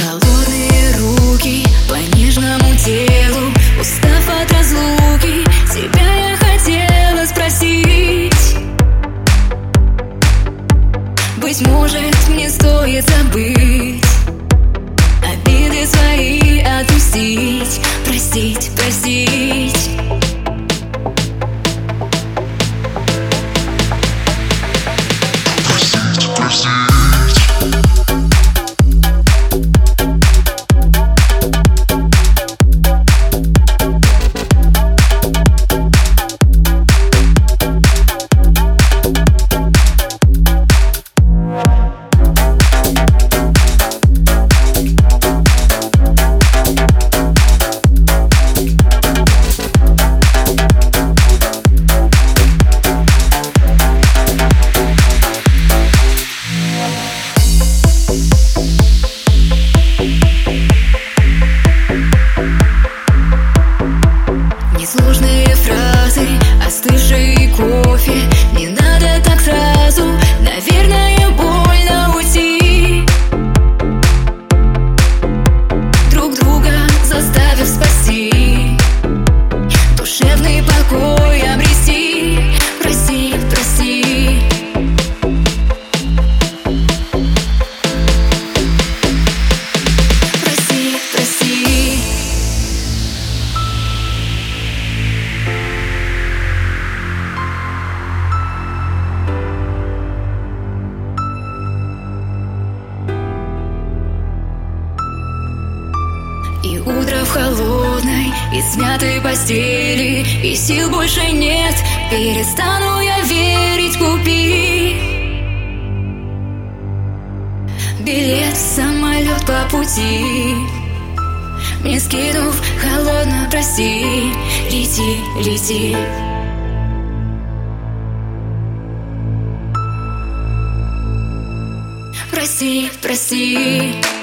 Холодные руки по нежному телу, устав от разлуки, тебя я хотела спросить. Быть может, мне стоит забыть, обиды свои отпустить, простить, простить. Несложные фразы, остывший кофе. Не надо так сразу, наверное, больно уйти, друг друга заставив спасти, душевный покой обрести. Прости, прости. Прости, прости. И утро в холодной и смятой постели, и сил больше нет, перестану я верить, купи билет в самолет по пути, мне скинув холодно, прости, лети, лети. Прости, прости.